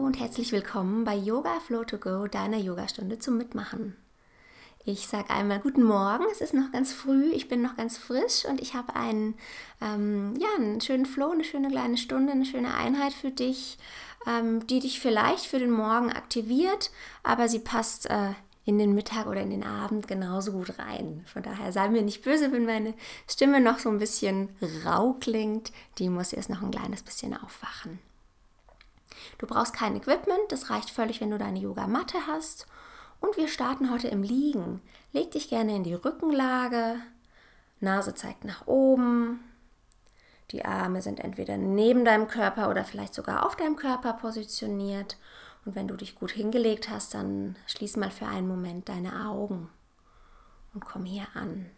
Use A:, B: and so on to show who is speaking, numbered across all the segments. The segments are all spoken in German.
A: und herzlich willkommen bei Yoga Flow to Go, deiner Yogastunde zum Mitmachen. Ich sage einmal guten Morgen, es ist noch ganz früh, ich bin noch ganz frisch und ich habe einen schönen Flow, eine schöne kleine Stunde, eine schöne Einheit für dich, die dich vielleicht für den Morgen aktiviert, aber sie passt in den Mittag oder in den Abend genauso gut rein. Von daher sei mir nicht böse, wenn meine Stimme noch so ein bisschen rau klingt, die muss erst noch ein kleines bisschen aufwachen. Du brauchst kein Equipment, das reicht völlig, wenn du deine Yogamatte hast. Und wir starten heute im Liegen. Leg dich gerne in die Rückenlage, Nase zeigt nach oben. Die Arme sind entweder neben deinem Körper oder vielleicht sogar auf deinem Körper positioniert. Und wenn du dich gut hingelegt hast, dann schließ mal für einen Moment deine Augen und komm hier an.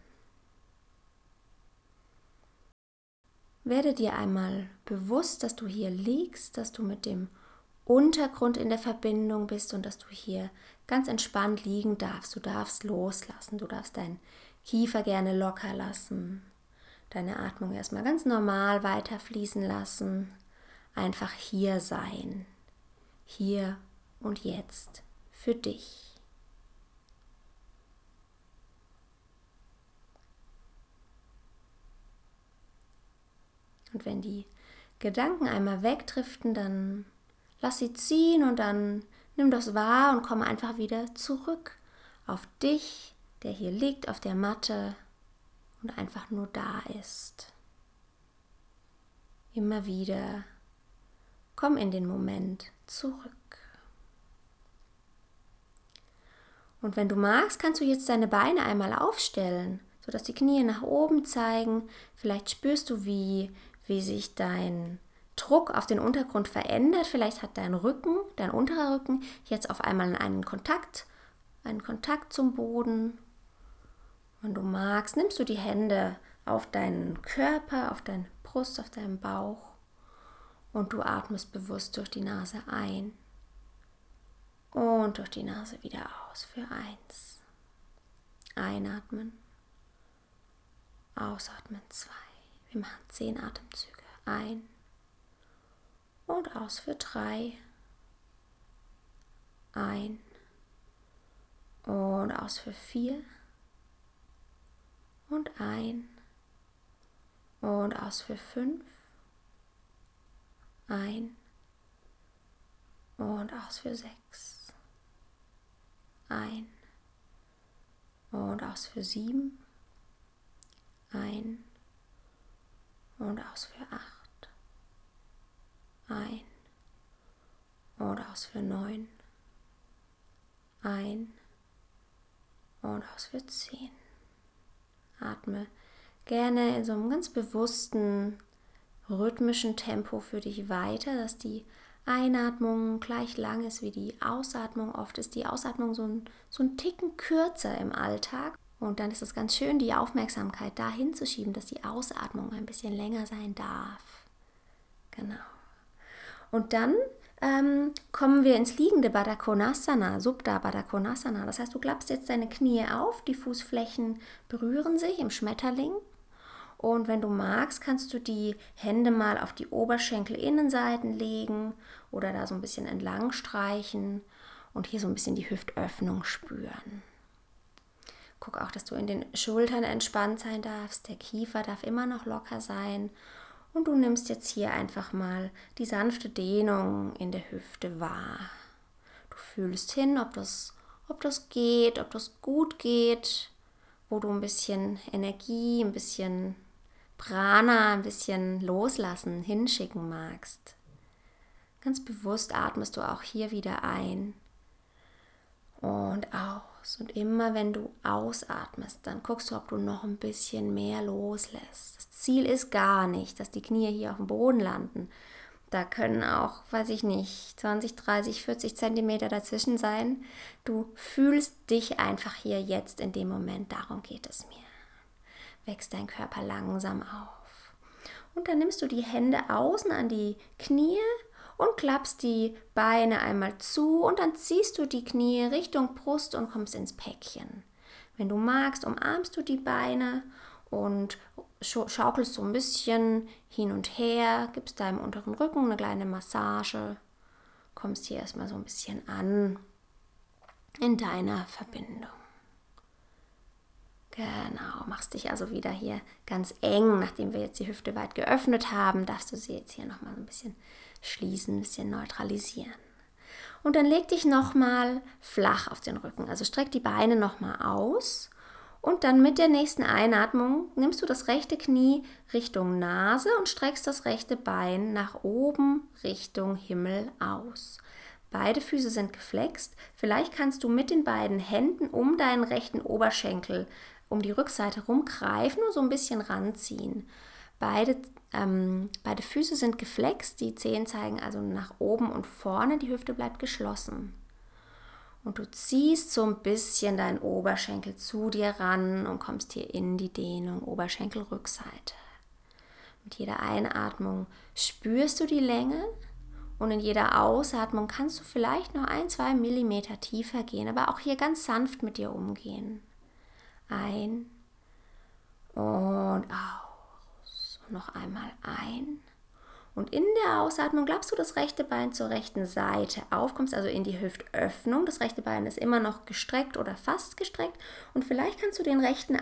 A: Werde dir einmal bewusst, dass du hier liegst, dass du mit dem Untergrund in der Verbindung bist und dass du hier ganz entspannt liegen darfst. Du darfst loslassen, du darfst deinen Kiefer gerne locker lassen, deine Atmung erstmal ganz normal weiterfließen lassen, einfach hier sein, hier und jetzt für dich. Und wenn die Gedanken einmal wegdriften, dann lass sie ziehen und dann nimm das wahr und komm einfach wieder zurück auf dich, der hier liegt auf der Matte und einfach nur da ist. Immer wieder komm in den Moment zurück. Und wenn du magst, kannst du jetzt deine Beine einmal aufstellen, sodass die Knie nach oben zeigen. Vielleicht spürst du, wie sich dein Druck auf den Untergrund verändert. Vielleicht hat dein Rücken, dein unterer Rücken, jetzt auf einmal einen Kontakt zum Boden. Wenn du magst, nimmst du die Hände auf deinen Körper, auf deine Brust, auf deinen Bauch und du atmest bewusst durch die Nase ein und durch die Nase wieder aus für 1. Einatmen, ausatmen 2. Wir machen 10 Atemzüge. Ein und aus für 3. Ein und aus für 4. Und ein und aus für 5. Ein und aus für 6. Ein und aus für 7. Ein und aus für 8. Ein und aus für 9. Ein und aus für 10. Atme gerne in so einem ganz bewussten, rhythmischen Tempo für dich weiter, dass die Einatmung gleich lang ist wie die Ausatmung. Oft ist die Ausatmung so ein Ticken kürzer im Alltag. Und dann ist es ganz schön, die Aufmerksamkeit dahin zu schieben, dass die Ausatmung ein bisschen länger sein darf. Genau. Und dann kommen wir ins liegende Baddha Konasana, Supta Baddha Konasana. Das heißt, du klappst jetzt deine Knie auf, die Fußflächen berühren sich im Schmetterling. Und wenn du magst, kannst du die Hände mal auf die Oberschenkelinnenseiten legen oder da so ein bisschen entlang streichen und hier so ein bisschen die Hüftöffnung spüren. Guck auch, dass du in den Schultern entspannt sein darfst. Der Kiefer darf immer noch locker sein. Und du nimmst jetzt hier einfach mal die sanfte Dehnung in der Hüfte wahr. Du fühlst hin, ob das geht, ob das gut geht, wo du ein bisschen Energie, ein bisschen Prana, ein bisschen loslassen, hinschicken magst. Ganz bewusst atmest du auch hier wieder ein und aus. Und immer wenn du ausatmest, dann guckst du, ob du noch ein bisschen mehr loslässt. Das Ziel ist gar nicht, dass die Knie hier auf dem Boden landen. Da können auch, 20, 30, 40 Zentimeter dazwischen sein. Du fühlst dich einfach hier jetzt in dem Moment, darum geht es mir. Wächst dein Körper langsam auf. Und dann nimmst du die Hände außen an die Knie und klappst die Beine einmal zu und dann ziehst du die Knie Richtung Brust und kommst ins Päckchen. Wenn du magst, umarmst du die Beine und schaukelst so ein bisschen hin und her, gibst deinem unteren Rücken eine kleine Massage kommst hier erstmal so ein bisschen an in deiner Verbindung. Genau, machst dich also wieder hier ganz eng. Nachdem wir jetzt die Hüfte weit geöffnet haben, darfst du sie jetzt hier nochmal so ein bisschen schließen, ein bisschen neutralisieren. Und dann leg dich nochmal flach auf den Rücken. Also streck die Beine nochmal aus. Und dann mit der nächsten Einatmung nimmst du das rechte Knie Richtung Nase und streckst das rechte Bein nach oben Richtung Himmel aus. Beide Füße sind geflext. Vielleicht kannst du mit den beiden Händen um deinen rechten Oberschenkel, um die Rückseite rumgreifen und so ein bisschen ranziehen. Beide Füße sind geflext, die Zehen zeigen also nach oben und vorne, die Hüfte bleibt geschlossen. Und du ziehst so ein bisschen deinen Oberschenkel zu dir ran und kommst hier in die Dehnung, Oberschenkelrückseite. Mit jeder Einatmung spürst du die Länge und in jeder Ausatmung kannst du vielleicht noch 1-2 Millimeter tiefer gehen, aber auch hier ganz sanft mit dir umgehen. Ein und aus. Und noch einmal ein. Und in der Ausatmung klappst du das rechte Bein zur rechten Seite auf, kommst also in die Hüftöffnung. Das rechte Bein ist immer noch gestreckt oder fast gestreckt. Und vielleicht kannst du den rechten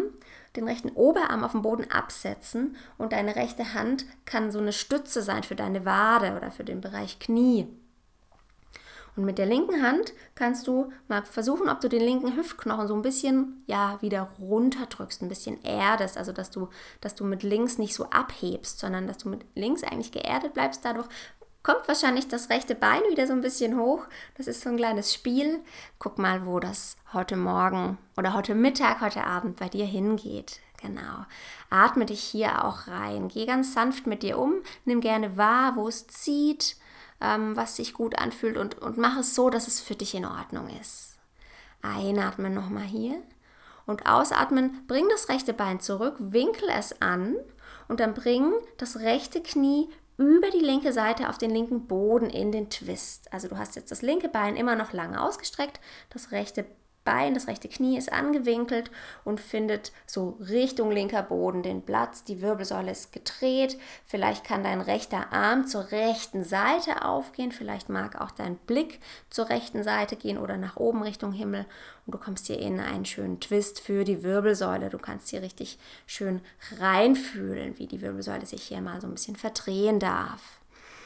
A: Oberarm auf dem Boden absetzen und deine rechte Hand kann so eine Stütze sein für deine Wade oder für den Bereich Knie. Und mit der linken Hand kannst du mal versuchen, ob du den linken Hüftknochen so ein bisschen wieder runterdrückst, ein bisschen erdest, also dass du mit links nicht so abhebst, sondern dass du mit links eigentlich geerdet bleibst. Dadurch kommt wahrscheinlich das rechte Bein wieder so ein bisschen hoch. Das ist so ein kleines Spiel. Guck mal, wo das heute Morgen oder heute Mittag, heute Abend bei dir hingeht. Genau. Atme dich hier auch rein. Geh ganz sanft mit dir um. Nimm gerne wahr, wo es zieht, was sich gut anfühlt und mach es so, dass es für dich in Ordnung ist. Einatmen nochmal hier und ausatmen, bring das rechte Bein zurück, winkel es an und dann bring das rechte Knie über die linke Seite auf den linken Boden in den Twist. Also du hast jetzt das linke Bein immer noch lange ausgestreckt, das rechte Knie ist angewinkelt und findet so Richtung linker Boden den Platz. Die Wirbelsäule ist gedreht. Vielleicht kann dein rechter Arm zur rechten Seite aufgehen. Vielleicht mag auch dein Blick zur rechten Seite gehen oder nach oben Richtung Himmel. Und du kommst hier in einen schönen Twist für die Wirbelsäule. Du kannst hier richtig schön reinfühlen, wie die Wirbelsäule sich hier mal so ein bisschen verdrehen darf.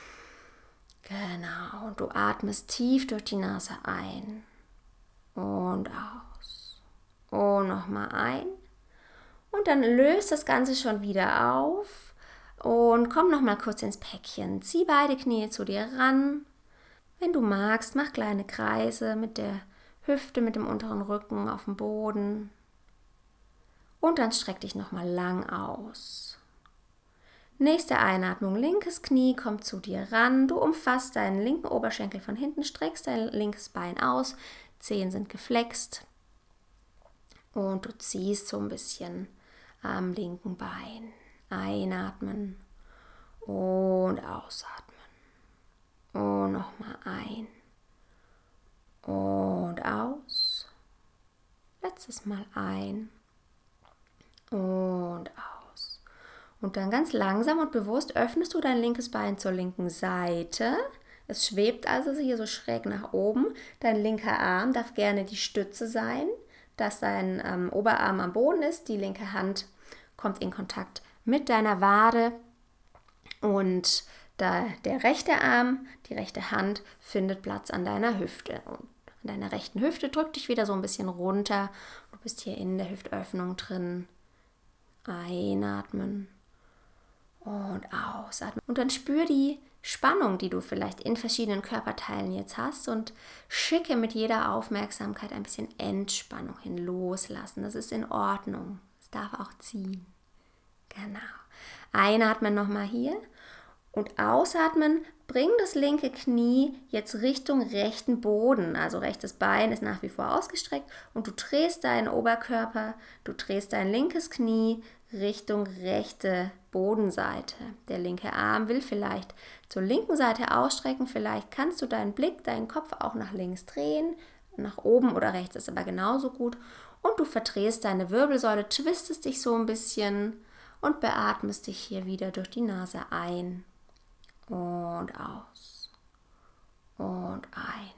A: Genau. Und du atmest tief durch die Nase ein. Und aus. Und nochmal ein. Und dann löst das Ganze schon wieder auf. Und komm nochmal kurz ins Päckchen. Zieh beide Knie zu dir ran. Wenn du magst, mach kleine Kreise mit der Hüfte, mit dem unteren Rücken auf dem Boden. Und dann streck dich nochmal lang aus. Nächste Einatmung, linkes Knie kommt zu dir ran. Du umfasst deinen linken Oberschenkel von hinten, streckst dein linkes Bein aus. Zehen sind geflext und du ziehst so ein bisschen am linken Bein. Einatmen und ausatmen. Und nochmal ein und aus. Letztes Mal ein und aus. Und dann ganz langsam und bewusst öffnest du dein linkes Bein zur linken Seite. Es schwebt also hier so schräg nach oben. Dein linker Arm darf gerne die Stütze sein, dass dein Oberarm am Boden ist. Die linke Hand kommt in Kontakt mit deiner Wade und der rechte Arm, die rechte Hand findet Platz an deiner Hüfte. Und an deiner rechten Hüfte drück dich wieder so ein bisschen runter. Du bist hier in der Hüftöffnung drin. Einatmen und ausatmen. Und dann spür die Spannung, die du vielleicht in verschiedenen Körperteilen jetzt hast und schicke mit jeder Aufmerksamkeit ein bisschen Entspannung hin, loslassen. Das ist in Ordnung. Es darf auch ziehen. Genau. Einatmen nochmal hier und ausatmen. Bring das linke Knie jetzt Richtung rechten Boden. Also rechtes Bein ist nach wie vor ausgestreckt und du drehst deinen Oberkörper, du drehst dein linkes Knie Richtung rechte Bodenseite. Der linke Arm will vielleicht zur linken Seite ausstrecken. Vielleicht kannst du deinen Blick, deinen Kopf auch nach links drehen. Nach oben oder rechts ist aber genauso gut. Und du verdrehst deine Wirbelsäule, twistest dich so ein bisschen und beatmest dich hier wieder durch die Nase ein und aus. und ein.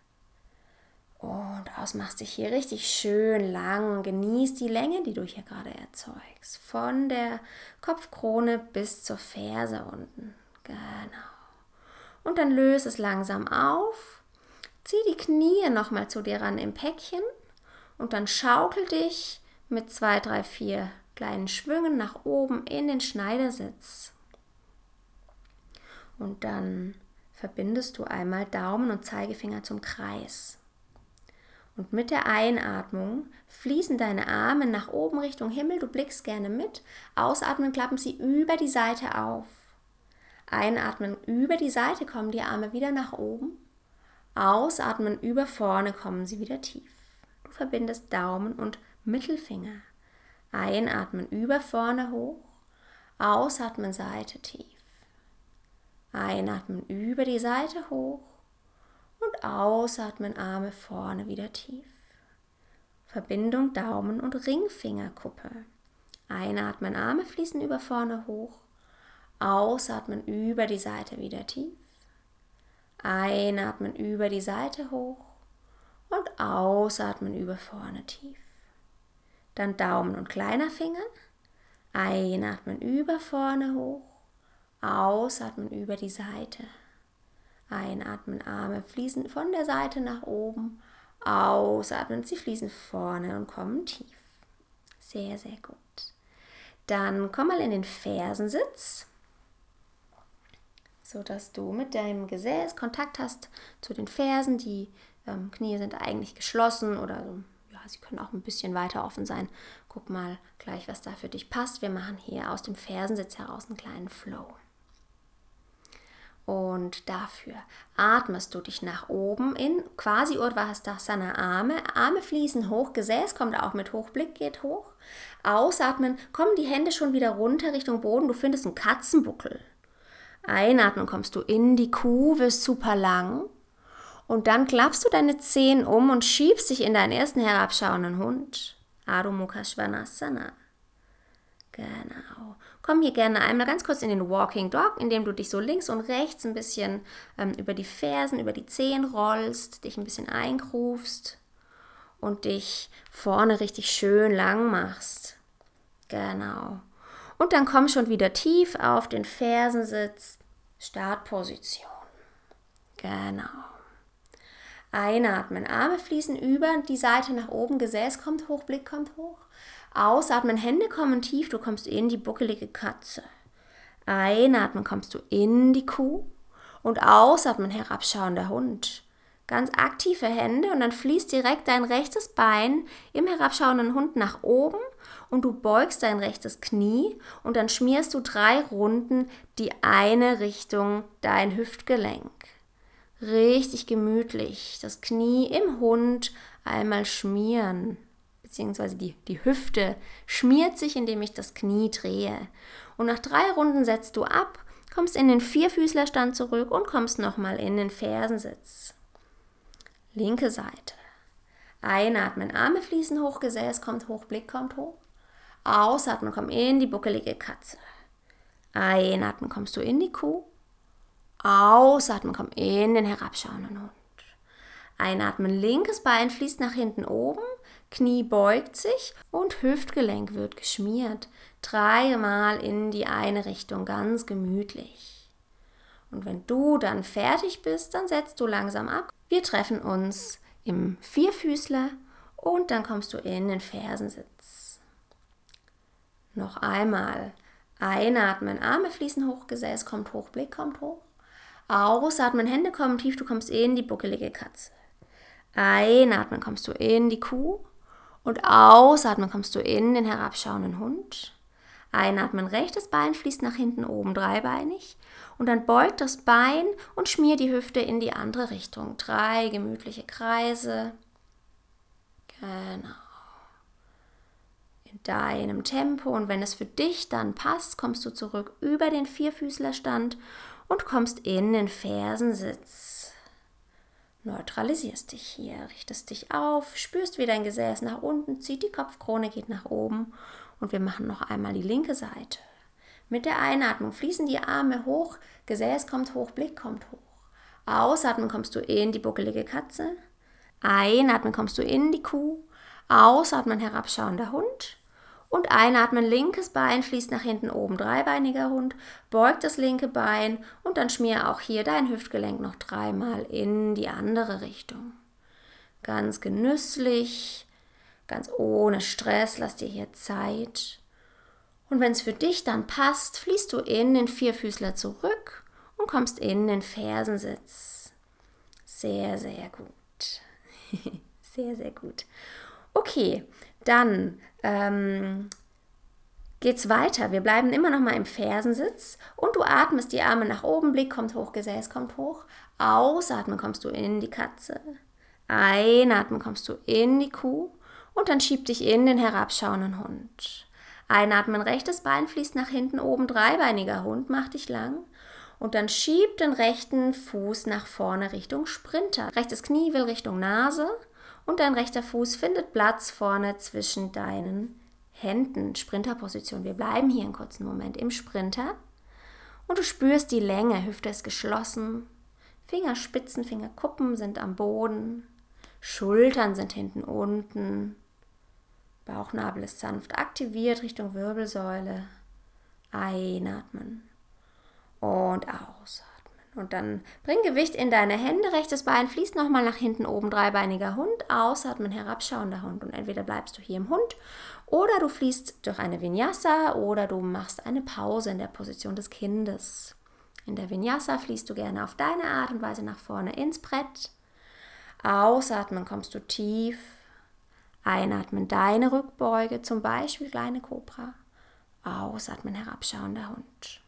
A: Und aus, machst dich hier richtig schön lang. Genieß die Länge, die du hier gerade erzeugst. Von der Kopfkrone bis zur Ferse unten. Genau. Und dann löse es langsam auf. Zieh die Knie nochmal zu dir ran im Päckchen. Und dann schaukel dich mit 2, 3, 4 kleinen Schwüngen nach oben in den Schneidersitz. Und dann verbindest du einmal Daumen und Zeigefinger zum Kreis. Und mit der Einatmung fließen deine Arme nach oben Richtung Himmel. Du blickst gerne mit. Ausatmen, klappen sie über die Seite auf. Einatmen, über die Seite kommen die Arme wieder nach oben. Ausatmen, über vorne kommen sie wieder tief. Du verbindest Daumen und Mittelfinger. Einatmen, über vorne hoch. Ausatmen, Seite tief. Einatmen, über die Seite hoch. Und ausatmen, Arme vorne wieder tief. Verbindung Daumen- und Ringfingerkuppe. Einatmen, Arme fließen über vorne hoch. Ausatmen, über die Seite wieder tief. Einatmen, über die Seite hoch. Und ausatmen, über vorne tief. Dann Daumen und kleiner Finger. Einatmen, über vorne hoch. Ausatmen, über die Seite. Einatmen, Arme fließen von der Seite nach oben. Ausatmen, sie fließen vorne und kommen tief. Sehr, sehr gut. Dann komm mal in den Fersensitz, sodass du mit deinem Gesäß Kontakt hast zu den Fersen. Die Knie sind eigentlich geschlossen oder so. Ja, sie können auch ein bisschen weiter offen sein. Guck mal gleich, was da für dich passt. Wir machen hier aus dem Fersensitz heraus einen kleinen Flow. Und dafür atmest du dich nach oben in quasi Urdhva-Hastasana Arme. Arme fließen hoch, Gesäß kommt auch mit hoch, Blick geht hoch. Ausatmen, kommen die Hände schon wieder runter Richtung Boden. Du findest einen Katzenbuckel. Einatmen, kommst du in die Kuh, wirst super lang. Und dann klappst du deine Zehen um und schiebst dich in deinen ersten herabschauenden Hund. Adho Mukha Svanasana. Genau. Komm hier gerne einmal ganz kurz in den Walking Dog, indem du dich so links und rechts ein bisschen über die Fersen, über die Zehen rollst, dich ein bisschen eingrufst und dich vorne richtig schön lang machst. Genau. Und dann komm schon wieder tief auf den Fersensitz, Startposition. Genau. Einatmen, Arme fließen über die Seite nach oben, Gesäß kommt hoch, Blick kommt hoch. Ausatmen, Hände kommen tief, du kommst in die buckelige Katze. Einatmen, kommst du in die Kuh und ausatmen, herabschauender Hund. Ganz aktive Hände und dann fließt direkt dein rechtes Bein im herabschauenden Hund nach oben und du beugst dein rechtes Knie und dann schmierst du 3 Runden die eine Richtung dein Hüftgelenk. Richtig gemütlich, das Knie im Hund einmal schmieren. Beziehungsweise die Hüfte schmiert sich, indem ich das Knie drehe. Und nach 3 Runden setzt du ab, kommst in den Vierfüßlerstand zurück und kommst nochmal in den Fersensitz. Linke Seite. Einatmen, Arme fließen hoch, Gesäß kommt hoch, Blick kommt hoch. Ausatmen, komm in die buckelige Katze. Einatmen, kommst du in die Kuh. Ausatmen, komm in den herabschauenden Hund. Einatmen, linkes Bein fließt nach hinten oben. Knie beugt sich und Hüftgelenk wird geschmiert. 3 Mal in die eine Richtung, ganz gemütlich. Und wenn du dann fertig bist, dann setzt du langsam ab. Wir treffen uns im Vierfüßler und dann kommst du in den Fersensitz. Noch einmal. Einatmen, Arme fließen hoch, Gesäß kommt hoch, Blick kommt hoch. Ausatmen, Hände kommen tief, du kommst in die buckelige Katze. Einatmen, kommst du in die Kuh. Und ausatmen, kommst du in den herabschauenden Hund. Einatmen, rechtes Bein fließt nach hinten oben, dreibeinig. Und dann beugt das Bein und schmier die Hüfte in die andere Richtung. 3 gemütliche Kreise. Genau. In deinem Tempo. Und wenn es für dich dann passt, kommst du zurück über den Vierfüßlerstand und kommst in den Fersensitz. Neutralisierst dich hier, richtest dich auf, spürst, wie dein Gesäß nach unten zieht, die Kopfkrone geht nach oben und wir machen noch einmal die linke Seite. Mit der Einatmung fließen die Arme hoch, Gesäß kommt hoch, Blick kommt hoch. Ausatmen kommst du in die buckelige Katze. Einatmen kommst du in die Kuh. Ausatmen herabschauender Hund. Und einatmen, linkes Bein fließt nach hinten oben, dreibeiniger Hund. Beug das linke Bein und dann schmier auch hier dein Hüftgelenk noch 3-mal in die andere Richtung. Ganz genüsslich, ganz ohne Stress, lass dir hier Zeit. Und wenn es für dich dann passt, fließt du in den Vierfüßler zurück und kommst in den Fersensitz. Sehr, sehr gut. Sehr, sehr gut. Okay, dann geht's weiter. Wir bleiben immer noch mal im Fersensitz und du atmest die Arme nach oben, Blick kommt hoch, Gesäß kommt hoch. Ausatmen kommst du in die Katze. Einatmen kommst du in die Kuh und dann schieb dich in den herabschauenden Hund. Einatmen, rechtes Bein fließt nach hinten oben, dreibeiniger Hund, mach dich lang. Und dann schieb den rechten Fuß nach vorne Richtung Sprinter. Rechtes Knie will Richtung Nase und dein rechter Fuß findet Platz vorne zwischen deinen Händen. Sprinterposition. Wir bleiben hier einen kurzen Moment im Sprinter. Und du spürst die Länge, Hüfte ist geschlossen. Fingerspitzen, Fingerkuppen sind am Boden. Schultern sind hinten unten. Bauchnabel ist sanft aktiviert Richtung Wirbelsäule. Einatmen und ausatmen. Und dann bring Gewicht in deine Hände. Rechtes Bein fließt nochmal nach hinten oben, dreibeiniger Hund. Ausatmen, herabschauender Hund. Und entweder bleibst du hier im Hund oder du fließt durch eine Vinyasa oder du machst eine Pause in der Position des Kindes. In der Vinyasa fließt du gerne auf deine Art und Weise nach vorne ins Brett. Ausatmen kommst du tief. Einatmen deine Rückbeuge, zum Beispiel kleine Kobra. Ausatmen, herabschauender Hund.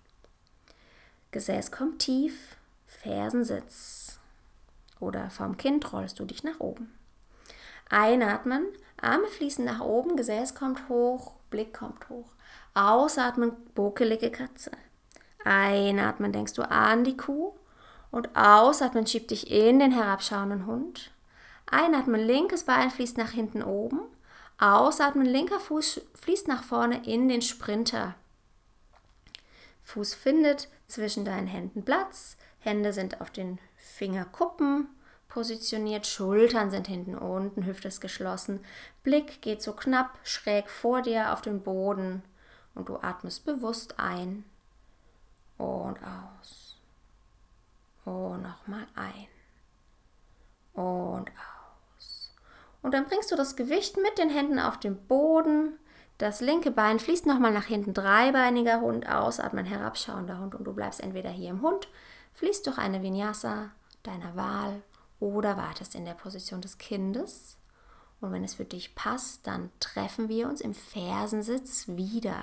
A: Gesäß kommt tief, Fersensitz. Oder vom Kind rollst du dich nach oben. Einatmen, Arme fließen nach oben, Gesäß kommt hoch, Blick kommt hoch. Ausatmen, buckelige Katze. Einatmen, denkst du an die Kuh. Und ausatmen, schieb dich in den herabschauenden Hund. Einatmen, linkes Bein fließt nach hinten oben. Ausatmen, linker Fuß fließt nach vorne in den Sprinter. Fuß findet zwischen deinen Händen Platz. Hände sind auf den Fingerkuppen positioniert. Schultern sind hinten unten, Hüfte ist geschlossen. Blick geht so knapp schräg vor dir auf den Boden. Und du atmest bewusst ein und aus. Und nochmal ein und aus. Und dann bringst du das Gewicht mit den Händen auf den Boden. Das linke Bein fließt nochmal nach hinten, dreibeiniger Hund, ausatmen, herabschauender Hund. Und du bleibst entweder hier im Hund, fließt durch eine Vinyasa deiner Wahl oder wartest in der Position des Kindes. Und wenn es für dich passt, dann treffen wir uns im Fersensitz wieder.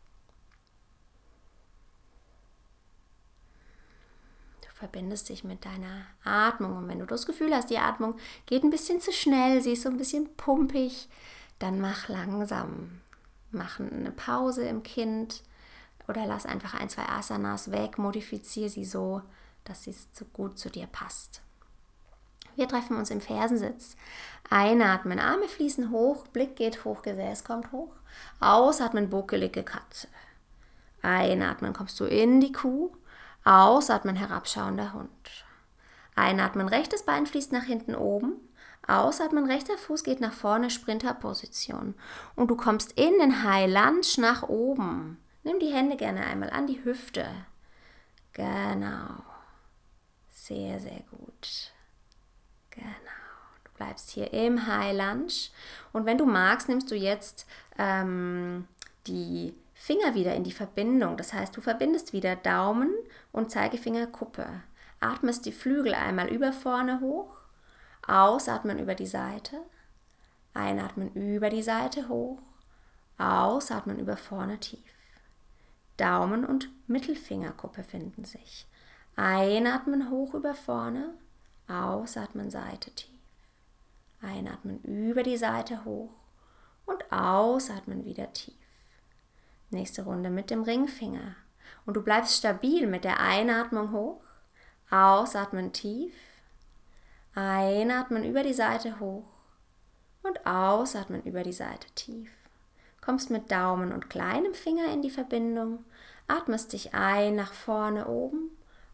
A: Verbindest dich mit deiner Atmung und wenn du das Gefühl hast, die Atmung geht ein bisschen zu schnell, sie ist so ein bisschen pumpig, dann mach langsam. Mach eine Pause im Kind oder lass einfach 1, 2 Asanas weg, modifiziere sie so, dass sie so gut zu dir passt. Wir treffen uns im Fersensitz. Einatmen, Arme fließen hoch, Blick geht hoch, Gesäß kommt hoch. Ausatmen, buckelige Katze. Einatmen, kommst du in die Kuh. Ausatmen, herabschauender Hund. Einatmen, rechtes Bein fließt nach hinten oben. Ausatmen, rechter Fuß geht nach vorne, Sprinterposition. Und du kommst in den High Lunge nach oben. Nimm die Hände gerne einmal an die Hüfte. Genau. Sehr, sehr gut. Genau. Du bleibst hier im High Lunge. Und wenn du magst, nimmst du jetzt die Finger wieder in die Verbindung. Das heißt, du verbindest wieder Daumen und Zeigefingerkuppe. Atmest die Flügel einmal über vorne hoch. Ausatmen über die Seite. Einatmen über die Seite hoch. Ausatmen über vorne tief. Daumen und Mittelfingerkuppe finden sich. Einatmen hoch über vorne. Ausatmen Seite tief. Einatmen über die Seite hoch. Und ausatmen wieder tief. Nächste Runde mit dem Ringfinger. Und du bleibst stabil mit der Einatmung hoch. Ausatmen tief. Einatmen über die Seite hoch. Und ausatmen über die Seite tief. Kommst mit Daumen und kleinem Finger in die Verbindung. Atmest dich ein nach vorne oben.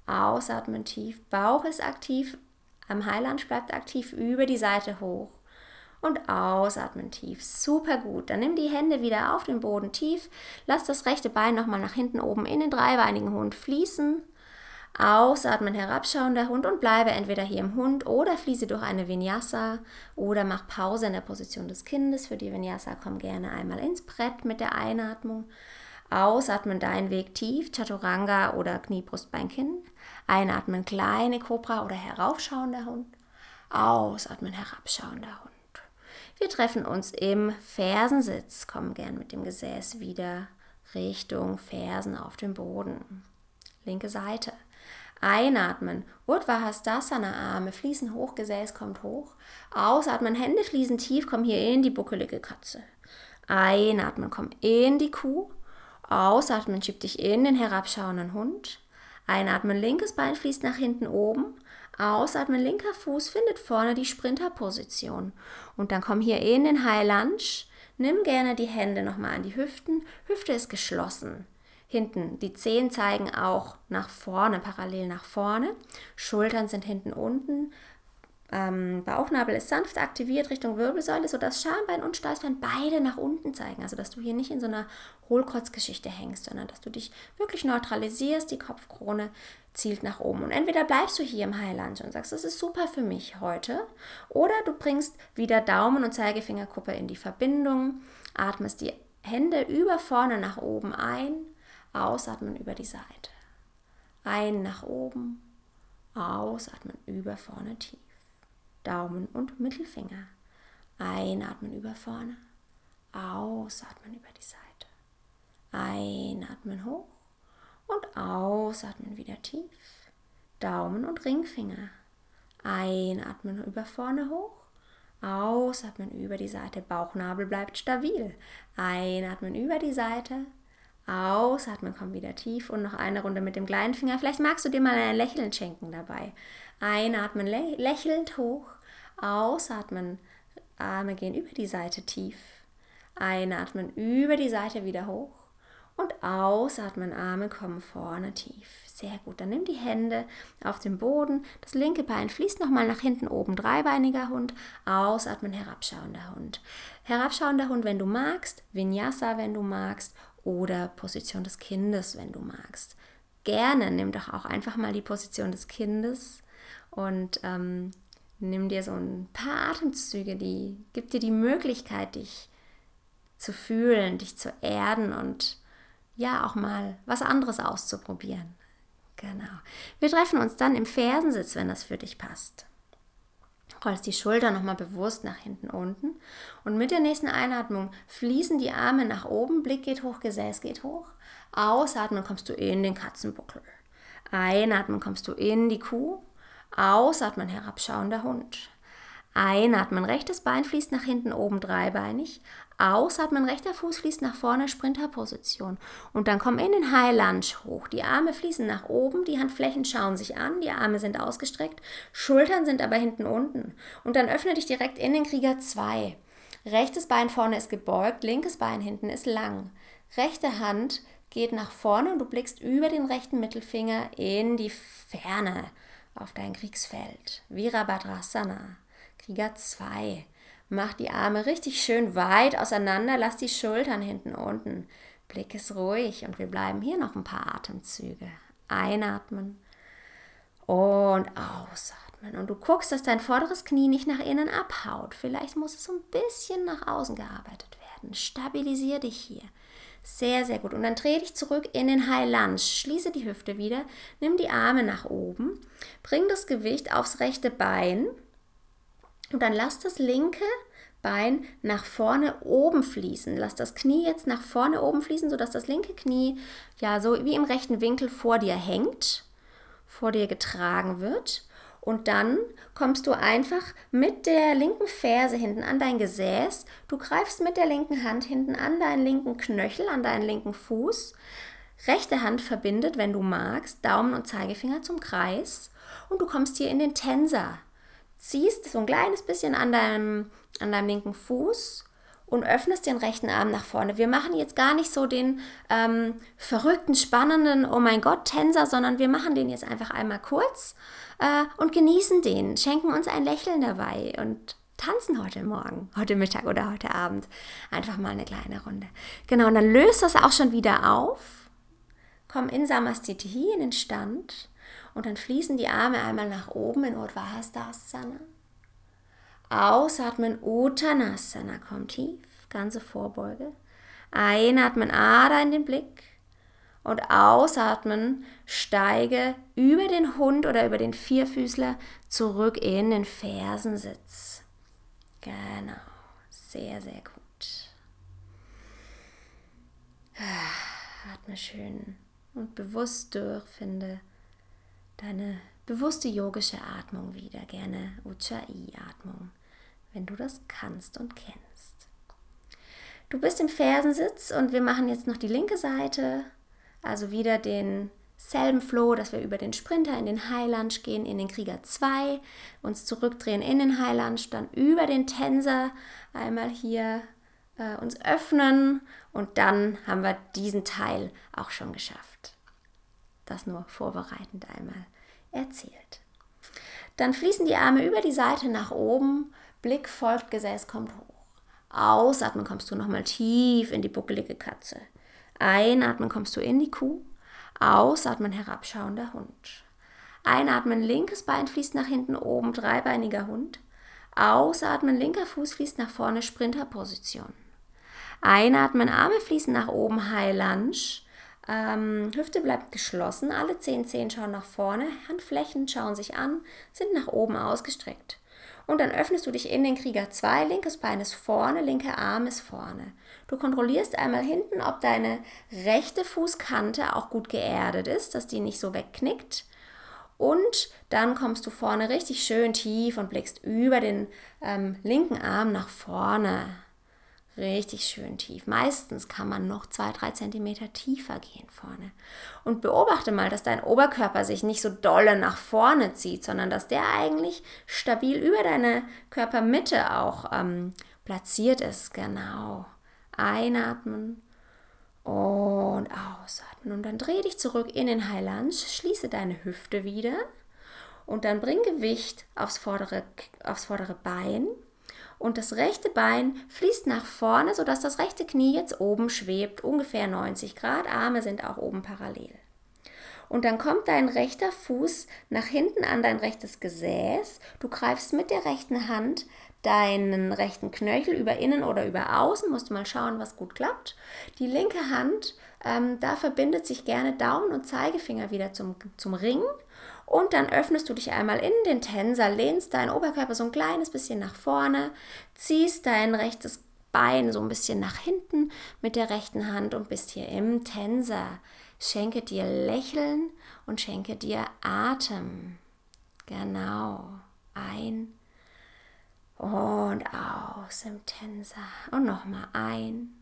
A: Ausatmen tief, Bauch ist aktiv, am High Lunge bleibt aktiv, über die Seite hoch. Und ausatmen tief, super gut. Dann nimm die Hände wieder auf den Boden tief, lass das rechte Bein nochmal nach hinten oben in den dreibeinigen Hund fließen. Ausatmen, herabschauender Hund und bleibe entweder hier im Hund oder fließe durch eine Vinyasa oder mach Pause in der Position des Kindes. Für die Vinyasa komm gerne einmal ins Brett mit der Einatmung. Ausatmen, deinen Weg tief, Chaturanga oder Knie, Brust, Bein, Kinn. Einatmen, kleine Kobra oder heraufschauender Hund. Ausatmen, herabschauender Hund. Wir treffen uns im Fersensitz, kommen gern mit dem Gesäß wieder Richtung Fersen auf den Boden. Linke Seite. Einatmen, Urdhva Hastasana, Arme fließen hoch, Gesäß kommt hoch. Ausatmen, Hände fließen tief, komm hier in die buckelige Katze. Einatmen, komm in die Kuh. Ausatmen, schieb dich in den herabschauenden Hund. Einatmen, linkes Bein fließt nach hinten oben. Ausatmen, linker Fuß findet vorne die Sprinterposition. Und dann komm hier in den High Lunge. Nimm gerne die Hände nochmal an die Hüften. Hüfte ist geschlossen. Hinten, die Zehen zeigen auch nach vorne, parallel nach vorne. Schultern sind hinten unten. Bauchnabel ist sanft aktiviert Richtung Wirbelsäule, sodass Schambein und Steißbein beide nach unten zeigen. Also, dass du hier nicht in so einer Hohlkreuzgeschichte hängst, sondern dass du dich wirklich neutralisierst. Die Kopfkrone zielt nach oben. Und entweder bleibst du hier im High Lunge und sagst, das ist super für mich heute. Oder du bringst wieder Daumen und Zeigefingerkuppe in die Verbindung. Atmest die Hände über vorne nach oben ein. Ausatmen über die Seite. Ein nach oben. Ausatmen über vorne tief. Daumen und Mittelfinger. Einatmen über vorne. Ausatmen über die Seite. Einatmen hoch. Und ausatmen wieder tief. Daumen und Ringfinger. Einatmen über vorne hoch. Ausatmen über die Seite. Bauchnabel bleibt stabil. Einatmen über die Seite. Ausatmen, komm wieder tief und noch eine Runde mit dem kleinen Finger. Vielleicht magst du dir mal ein Lächeln schenken dabei. Einatmen, lächelnd hoch. Ausatmen, Arme gehen über die Seite tief. Einatmen, über die Seite wieder hoch. Und ausatmen, Arme kommen vorne tief. Sehr gut, dann nimm die Hände auf den Boden. Das linke Bein fließt nochmal nach hinten oben, dreibeiniger Hund. Ausatmen, herabschauender Hund. Herabschauender Hund, wenn du magst. Vinyasa, wenn du magst. Oder Position des Kindes, wenn du magst. Gerne nimm doch auch einfach mal die Position des Kindes und nimm dir so ein paar Atemzüge, gibt dir die Möglichkeit, dich zu fühlen, dich zu erden und ja auch mal was anderes auszuprobieren. Genau. Wir treffen uns dann im Fersensitz, wenn das für dich passt. Rollst die Schultern nochmal bewusst nach hinten unten und mit der nächsten Einatmung fließen die Arme nach oben, Blick geht hoch, Gesäß geht hoch. Ausatmen kommst du in den Katzenbuckel. Einatmen kommst du in die Kuh. Ausatmen, herabschauender Hund. Einatmen, rechtes Bein fließt nach hinten oben, dreibeinig. Ausatmen, rechter Fuß fließt nach vorne, Sprinterposition. Und dann komm in den High Lunge hoch. Die Arme fließen nach oben, die Handflächen schauen sich an, die Arme sind ausgestreckt, Schultern sind aber hinten unten. Und dann öffne dich direkt in den Krieger 2. Rechtes Bein vorne ist gebeugt, linkes Bein hinten ist lang. Rechte Hand geht nach vorne und du blickst über den rechten Mittelfinger in die Ferne auf dein Kriegsfeld. Virabhadrasana. Krieger 2. Mach die Arme richtig schön weit auseinander, lass die Schultern hinten unten. Blick ist ruhig und wir bleiben hier noch ein paar Atemzüge. Einatmen und ausatmen. Und du guckst, dass dein vorderes Knie nicht nach innen abhaut. Vielleicht muss es so ein bisschen nach außen gearbeitet werden. Stabilisier dich hier. Sehr, sehr gut. Und dann dreh dich zurück in den High Lunge. Schließe die Hüfte wieder. Nimm die Arme nach oben. Bring das Gewicht aufs rechte Bein. Und dann lass das linke Bein nach vorne oben fließen. Lass das Knie jetzt nach vorne oben fließen, sodass das linke Knie ja so wie im rechten Winkel vor dir hängt, vor dir getragen wird. Und dann kommst du einfach mit der linken Ferse hinten an dein Gesäß. Du greifst mit der linken Hand hinten an deinen linken Knöchel, an deinen linken Fuß. Rechte Hand verbindet, wenn du magst, Daumen und Zeigefinger zum Kreis. Und du kommst hier in den Tensor. Ziehst so ein kleines bisschen an deinem linken Fuß und öffnest den rechten Arm nach vorne. Wir machen jetzt gar nicht so den verrückten, spannenden, oh mein Gott, Tänzer, sondern wir machen den jetzt einfach einmal kurz und genießen den, schenken uns ein Lächeln dabei und tanzen heute Morgen, heute Mittag oder heute Abend. Einfach mal eine kleine Runde. Genau, und dann löst das auch schon wieder auf. Komm in Samastitihi, in den Stand. Und dann fließen die Arme einmal nach oben in Urdhva-Hastasana. Ausatmen, Uttanasana, komm tief, ganze Vorbeuge. Einatmen, Adha in den Blick. Und ausatmen, steige über den Hund oder über den Vierfüßler zurück in den Fersensitz. Genau, sehr, sehr gut. Atme schön und bewusst durch, finde deine bewusste yogische Atmung wieder, gerne Ujjayi-Atmung, wenn du das kannst und kennst. Du bist im Fersensitz und wir machen jetzt noch die linke Seite, also wieder denselben Flow, dass wir über den Sprinter in den High Lunge gehen, in den Krieger 2, uns zurückdrehen in den High Lunge, dann über den Tänzer einmal hier uns öffnen und dann haben wir diesen Teil auch schon geschafft. Das nur vorbereitend einmal erzählt. Dann fließen die Arme über die Seite nach oben, Blick folgt, Gesäß kommt hoch. Ausatmen kommst du nochmal tief in die buckelige Katze. Einatmen kommst du in die Kuh. Ausatmen, herabschauender Hund. Einatmen, linkes Bein fließt nach hinten oben, dreibeiniger Hund. Ausatmen, linker Fuß fließt nach vorne, Sprinterposition. Einatmen, Arme fließen nach oben, High Lunge. Hüfte bleibt geschlossen, alle 10 Zehen schauen nach vorne, Handflächen schauen sich an, sind nach oben ausgestreckt. Und dann öffnest du dich in den Krieger 2, linkes Bein ist vorne, linker Arm ist vorne. Du kontrollierst einmal hinten, ob deine rechte Fußkante auch gut geerdet ist, dass die nicht so wegknickt. Und dann kommst du vorne richtig schön tief und blickst über den linken Arm nach vorne. Richtig schön tief. Meistens kann man noch 2-3 Zentimeter tiefer gehen vorne. Und beobachte mal, dass dein Oberkörper sich nicht so dolle nach vorne zieht, sondern dass der eigentlich stabil über deine Körpermitte auch platziert ist. Genau. Einatmen und ausatmen. Und dann dreh dich zurück in den High Lunge, schließe deine Hüfte wieder und dann bring Gewicht aufs vordere Bein. Und das rechte Bein fließt nach vorne, sodass das rechte Knie jetzt oben schwebt, ungefähr 90 Grad. Arme sind auch oben parallel. Und dann kommt dein rechter Fuß nach hinten an dein rechtes Gesäß. Du greifst mit der rechten Hand deinen rechten Knöchel über innen oder über außen. Musst du mal schauen, was gut klappt. Die linke Hand, da verbindet sich gerne Daumen und Zeigefinger wieder zum Ring. Und dann öffnest du dich einmal in den Tänzer, lehnst deinen Oberkörper so ein kleines bisschen nach vorne, ziehst dein rechtes Bein so ein bisschen nach hinten mit der rechten Hand und bist hier im Tänzer. Schenke dir Lächeln und schenke dir Atem. Genau. Ein und aus im Tänzer. Und nochmal ein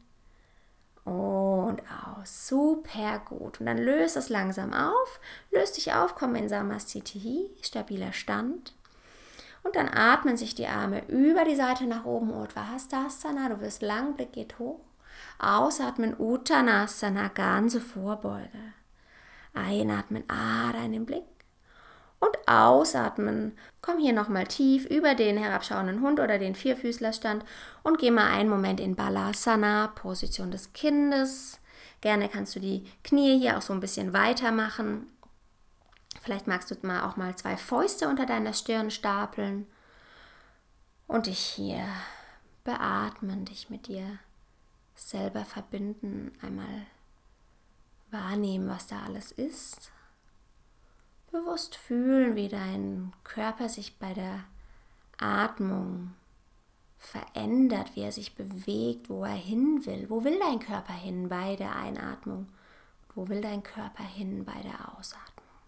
A: und aus. Super gut. Und dann löst es langsam auf. Löst dich auf, komm in Samastitihi, stabiler Stand. Und dann atmen sich die Arme über die Seite nach oben, Urdhva-Hastasana. Du wirst lang, Blick geht hoch. Ausatmen, Uttanasana, ganze Vorbeuge. Einatmen, Adha in den Blick. Und ausatmen, komm hier nochmal tief über den herabschauenden Hund oder den Vierfüßlerstand und geh mal einen Moment in Balasana, Position des Kindes. Gerne kannst du die Knie hier auch so ein bisschen weitermachen. Vielleicht magst du auch mal 2 Fäuste unter deiner Stirn stapeln und dich hier beatmen, dich mit dir selber verbinden, einmal wahrnehmen, was da alles ist. Bewusst fühlen, wie dein Körper sich bei der Atmung verändert, wie er sich bewegt, wo er hin will. Wo will dein Körper hin bei der Einatmung? Wo will dein Körper hin bei der Ausatmung?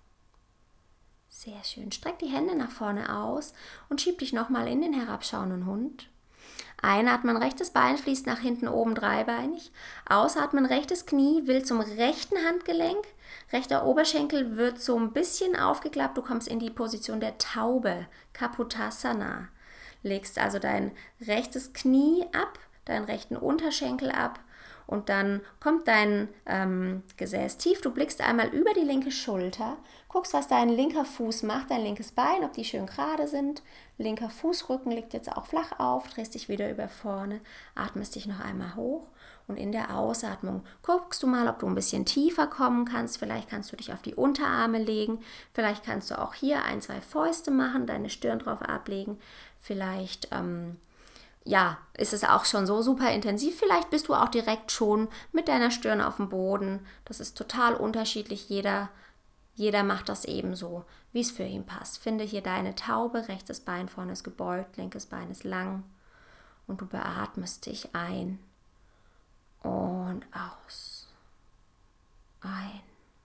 A: Sehr schön. Streck die Hände nach vorne aus und schieb dich nochmal in den herabschauenden Hund. Einatmen, rechtes Bein fließt nach hinten oben dreibeinig. Ausatmen, rechtes Knie will zum rechten Handgelenk. Rechter Oberschenkel wird so ein bisschen aufgeklappt. Du kommst in die Position der Taube, Kapotasana. Legst also dein rechtes Knie ab, deinen rechten Unterschenkel ab und dann kommt dein Gesäß tief. Du blickst einmal über die linke Schulter, guckst, was dein linker Fuß macht, dein linkes Bein, ob die schön gerade sind. Linker Fußrücken liegt jetzt auch flach auf, drehst dich wieder über vorne, atmest dich noch einmal hoch und in der Ausatmung guckst du mal, ob du ein bisschen tiefer kommen kannst. Vielleicht kannst du dich auf die Unterarme legen, vielleicht kannst du auch hier 1, 2 Fäuste machen, deine Stirn drauf ablegen, vielleicht ist es auch schon so super intensiv. Vielleicht bist du auch direkt schon mit deiner Stirn auf dem Boden. Das ist total unterschiedlich. Jeder macht das ebenso, wie es für ihn passt. Finde hier deine Taube. Rechtes Bein vorne ist gebeugt, linkes Bein ist lang. Und du beatmest dich ein und aus. Ein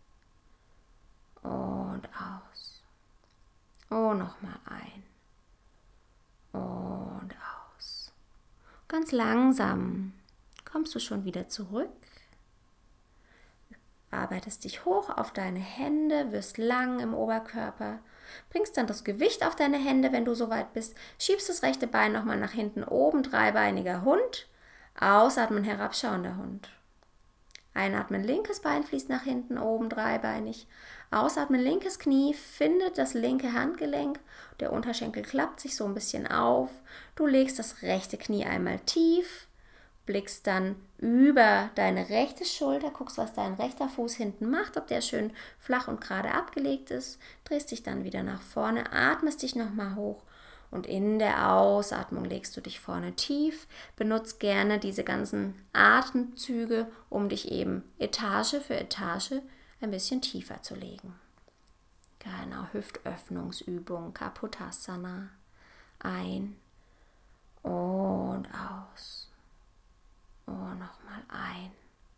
A: und aus. Und nochmal ein und aus. Ganz langsam kommst du schon wieder zurück, arbeitest dich hoch auf deine Hände, wirst lang im Oberkörper, bringst dann das Gewicht auf deine Hände, wenn du soweit bist, schiebst das rechte Bein nochmal nach hinten oben, dreibeiniger Hund, ausatmen, herabschauender Hund. Einatmen, linkes Bein fließt nach hinten oben, dreibeinig. Ausatmen, linkes Knie, findet das linke Handgelenk. Der Unterschenkel klappt sich so ein bisschen auf. Du legst das rechte Knie einmal tief, blickst dann über deine rechte Schulter, guckst, was dein rechter Fuß hinten macht, ob der schön flach und gerade abgelegt ist. Drehst dich dann wieder nach vorne, atmest dich nochmal hoch. Und in der Ausatmung legst du dich vorne tief. Benutzt gerne diese ganzen Atemzüge, um dich eben Etage für Etage ein bisschen tiefer zu legen. Genau, Hüftöffnungsübung, Kapotasana. Ein und aus. Und nochmal ein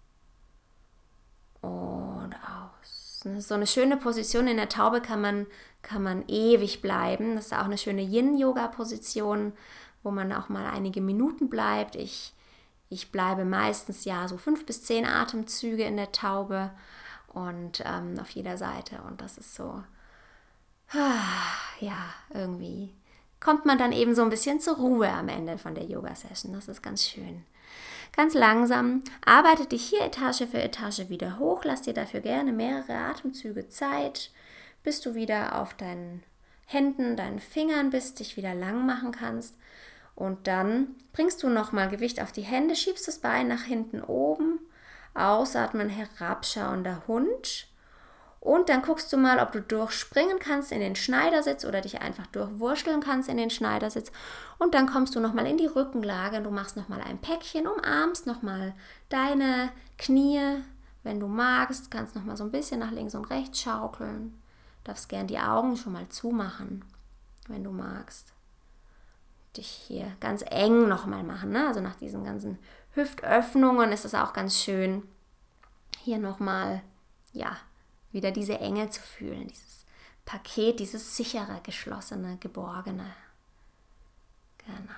A: und aus. Das ist so eine schöne Position. In der Taube kann man ewig bleiben. Das ist auch eine schöne Yin-Yoga-Position, wo man auch mal einige Minuten bleibt. Ich bleibe meistens so 5 bis 10 Atemzüge in der Taube und auf jeder Seite. Und das ist so, irgendwie kommt man dann eben so ein bisschen zur Ruhe am Ende von der Yoga-Session. Das ist ganz schön. Ganz langsam, arbeite dich hier Etage für Etage wieder hoch. Lass dir dafür gerne mehrere Atemzüge Zeit, bis du wieder auf deinen Händen, deinen Fingern bist, dich wieder lang machen kannst. Und dann bringst du nochmal Gewicht auf die Hände, schiebst das Bein nach hinten oben, ausatmen, herabschauender Hund. Und dann guckst du mal, ob du durchspringen kannst in den Schneidersitz oder dich einfach durchwurschteln kannst in den Schneidersitz. Und dann kommst du nochmal in die Rückenlage und du machst nochmal ein Päckchen, umarmst nochmal deine Knie. Wenn du magst, kannst nochmal so ein bisschen nach links und rechts schaukeln. Darfst gern die Augen schon mal zumachen, wenn du magst. Dich hier ganz eng nochmal machen, ne? Also nach diesen ganzen Hüftöffnungen ist es auch ganz schön, hier nochmal, wieder diese Enge zu fühlen, dieses Paket, dieses sichere, geschlossene, geborgene. Genau.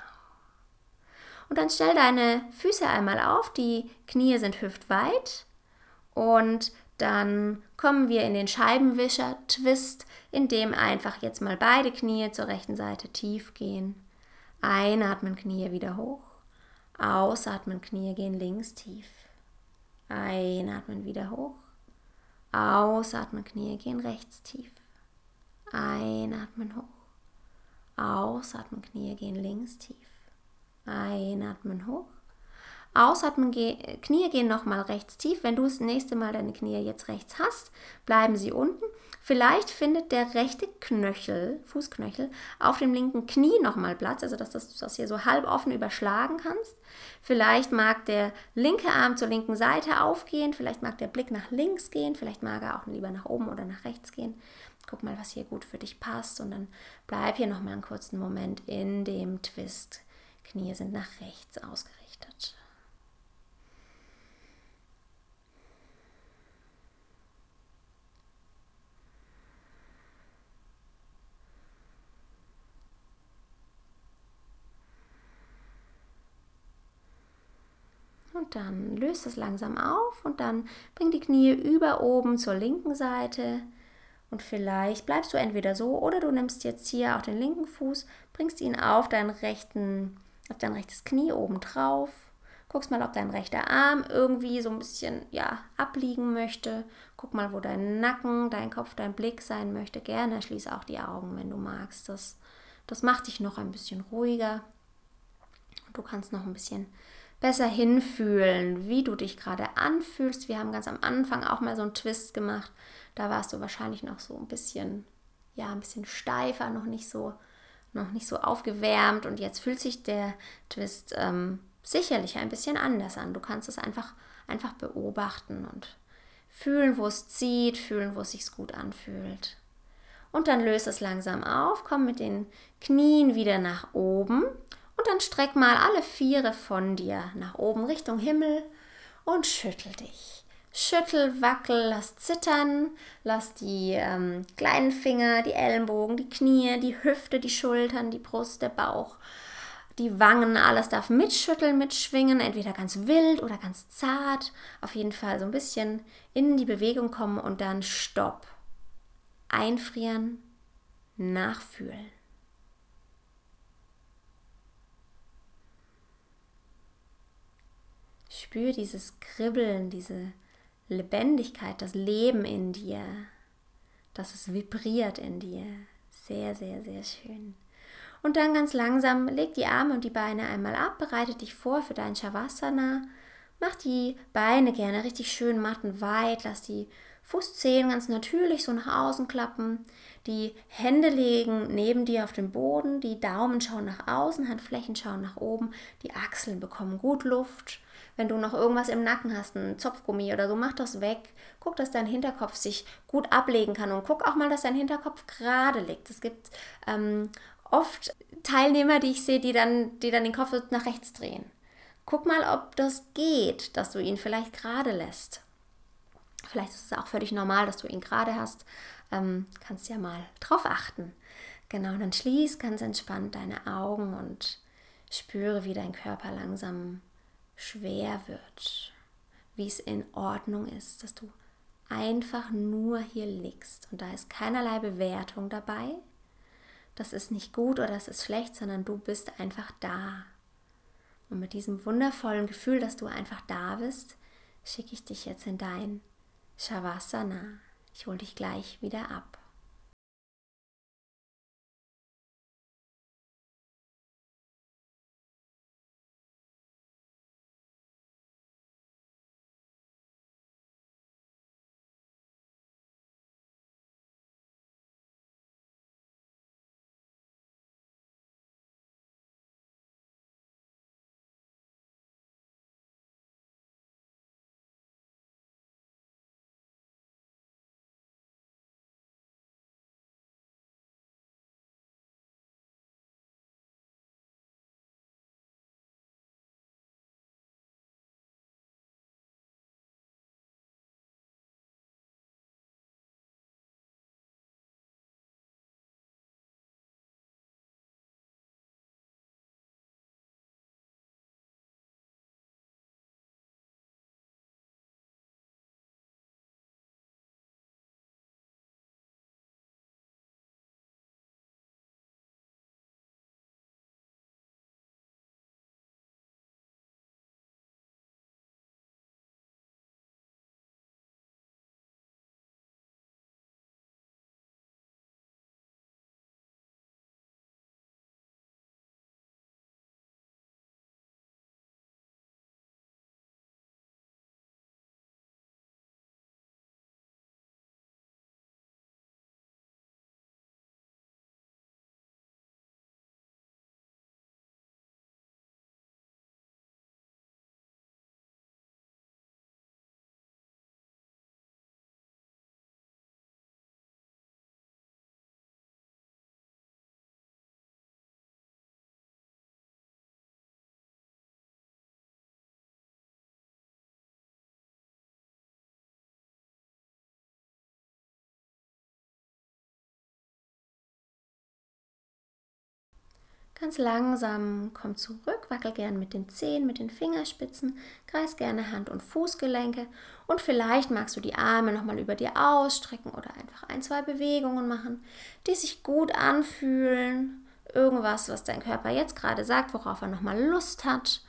A: Und dann stell deine Füße einmal auf, die Knie sind hüftweit und dann kommen wir in den Scheibenwischer-Twist, in dem einfach jetzt mal beide Knie zur rechten Seite tief gehen. Einatmen, Knie wieder hoch. Ausatmen, Knie gehen links tief. Einatmen, wieder hoch. Ausatmen, Knie gehen rechts tief. Einatmen hoch. Ausatmen, Knie gehen links tief. Einatmen hoch. Ausatmen, Knie gehen nochmal rechts tief. Wenn du das nächste Mal deine Knie jetzt rechts hast, bleiben sie unten. Vielleicht findet der rechte Knöchel, Fußknöchel, auf dem linken Knie nochmal Platz, also dass du das hier so halb offen überschlagen kannst. Vielleicht mag der linke Arm zur linken Seite aufgehen, vielleicht mag der Blick nach links gehen, vielleicht mag er auch lieber nach oben oder nach rechts gehen. Guck mal, was hier gut für dich passt und dann bleib hier nochmal einen kurzen Moment in dem Twist. Knie sind nach rechts ausgerichtet. Und dann löst es langsam auf und dann bring die Knie über oben zur linken Seite. Und vielleicht bleibst du entweder so oder du nimmst jetzt hier auch den linken Fuß, bringst ihn auf dein rechtes Knie oben drauf Guckst mal, ob dein rechter Arm irgendwie so ein bisschen abliegen möchte. Guck mal, wo dein Nacken, dein Kopf, dein Blick sein möchte. Gerne schließ auch die Augen, wenn du magst. Das macht dich noch ein bisschen ruhiger. Du kannst noch ein bisschen besser hinfühlen, wie du dich gerade anfühlst. Wir haben ganz am Anfang auch mal so einen Twist gemacht. Da warst du wahrscheinlich noch so ein bisschen steifer, noch nicht so aufgewärmt. Und jetzt fühlt sich der Twist sicherlich ein bisschen anders an. Du kannst es einfach beobachten und fühlen, wo es zieht, fühlen, wo es sich gut anfühlt. Und dann löse es langsam auf, komm mit den Knien wieder nach oben und dann streck mal alle Viere von dir nach oben Richtung Himmel und schüttel dich. Schüttel, wackel, lass zittern, lass die kleinen Finger, die Ellenbogen, die Knie, die Hüfte, die Schultern, die Brust, der Bauch, die Wangen, alles darf mitschütteln, mitschwingen, entweder ganz wild oder ganz zart. Auf jeden Fall so ein bisschen in die Bewegung kommen und dann Stopp. Einfrieren, nachfühlen. Spür dieses Kribbeln, diese Lebendigkeit, das Leben in dir, dass es vibriert in dir. Sehr, sehr, sehr schön. Und dann ganz langsam leg die Arme und die Beine einmal ab, bereite dich vor für dein Shavasana. Mach die Beine gerne richtig schön mattenweit, lass die Fußzehen ganz natürlich so nach außen klappen. Die Hände liegen neben dir auf dem Boden, die Daumen schauen nach außen, Handflächen schauen nach oben, die Achseln bekommen gut Luft. Wenn du noch irgendwas im Nacken hast, einen Zopfgummi oder so, mach das weg. Guck, dass dein Hinterkopf sich gut ablegen kann und guck auch mal, dass dein Hinterkopf gerade liegt. Es gibt oft Teilnehmer, die ich sehe, die dann den Kopf nach rechts drehen. Guck mal, ob das geht, dass du ihn vielleicht gerade lässt. Vielleicht ist es auch völlig normal, dass du ihn gerade hast. Kannst ja mal drauf achten. Genau, dann schließ ganz entspannt deine Augen und spüre, wie dein Körper langsam schwer wird. Wie es in Ordnung ist, dass du einfach nur hier liegst. Und da ist keinerlei Bewertung dabei. Das ist nicht gut oder das ist schlecht, sondern du bist einfach da. Und mit diesem wundervollen Gefühl, dass du einfach da bist, schicke ich dich jetzt in dein Shavasana. Ich hole dich gleich wieder ab. Ganz langsam komm zurück, wackel gern mit den Zehen, mit den Fingerspitzen, kreis gerne Hand- und Fußgelenke und vielleicht magst du die Arme nochmal über dir ausstrecken oder einfach 1-2 Bewegungen machen, die sich gut anfühlen. Irgendwas, was dein Körper jetzt gerade sagt, worauf er nochmal Lust hat.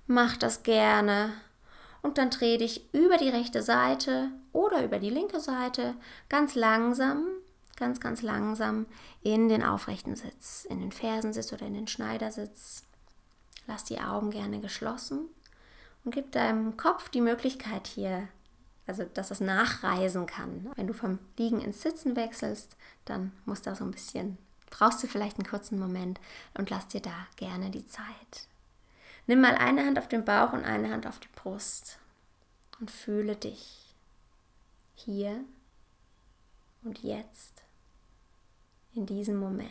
A: mach das gerne. Und dann dreh dich über die rechte Seite oder über die linke Seite ganz langsam, ganz langsam in den aufrechten Sitz, in den Fersensitz oder in den Schneidersitz. Lass die Augen gerne geschlossen und gib deinem Kopf die Möglichkeit hier, also dass es nachreisen kann. Wenn du vom Liegen ins Sitzen wechselst, dann brauchst du vielleicht einen kurzen Moment und lass dir da gerne die Zeit. Nimm mal eine Hand auf den Bauch und eine Hand auf die Brust und fühle dich hier und jetzt in diesem Moment.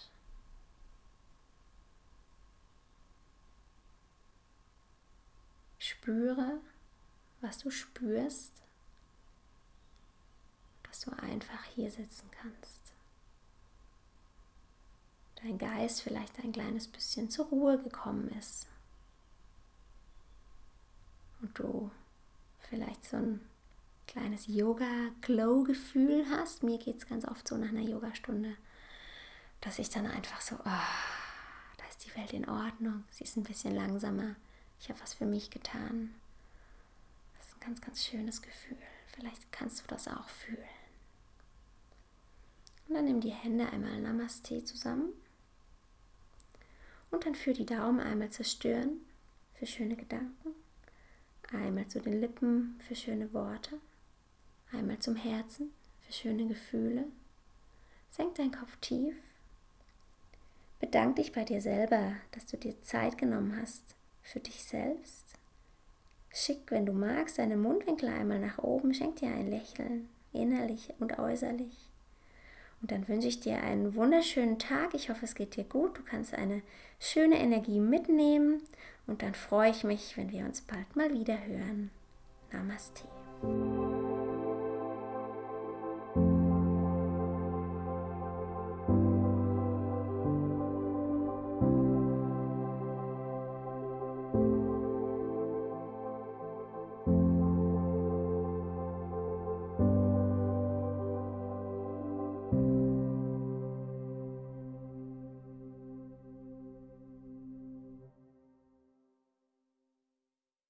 A: Spüre, was du spürst, dass du einfach hier sitzen kannst. Dein Geist vielleicht ein kleines bisschen zur Ruhe gekommen ist und du vielleicht so ein kleines Yoga-Glow-Gefühl hast. Mir geht es ganz oft so nach einer Yogastunde, dass ich dann einfach so, da ist die Welt in Ordnung, sie ist ein bisschen langsamer, ich habe was für mich getan. Das ist ein ganz schönes Gefühl. Vielleicht kannst du das auch fühlen. Und dann nimm die Hände einmal Namaste zusammen und dann führ die Daumen einmal zur Stirn für schöne Gedanken, einmal zu den Lippen für schöne Worte, einmal zum Herzen für schöne Gefühle. Senk deinen Kopf tief. Bedank dich bei dir selber, dass du dir Zeit genommen hast für dich selbst. Schick, wenn du magst, deine Mundwinkel einmal nach oben. Schenk dir ein Lächeln, innerlich und äußerlich. Und dann wünsche ich dir einen wunderschönen Tag. Ich hoffe, es geht dir gut. Du kannst eine schöne Energie mitnehmen. Und dann freue ich mich, wenn wir uns bald mal wieder hören. Namaste.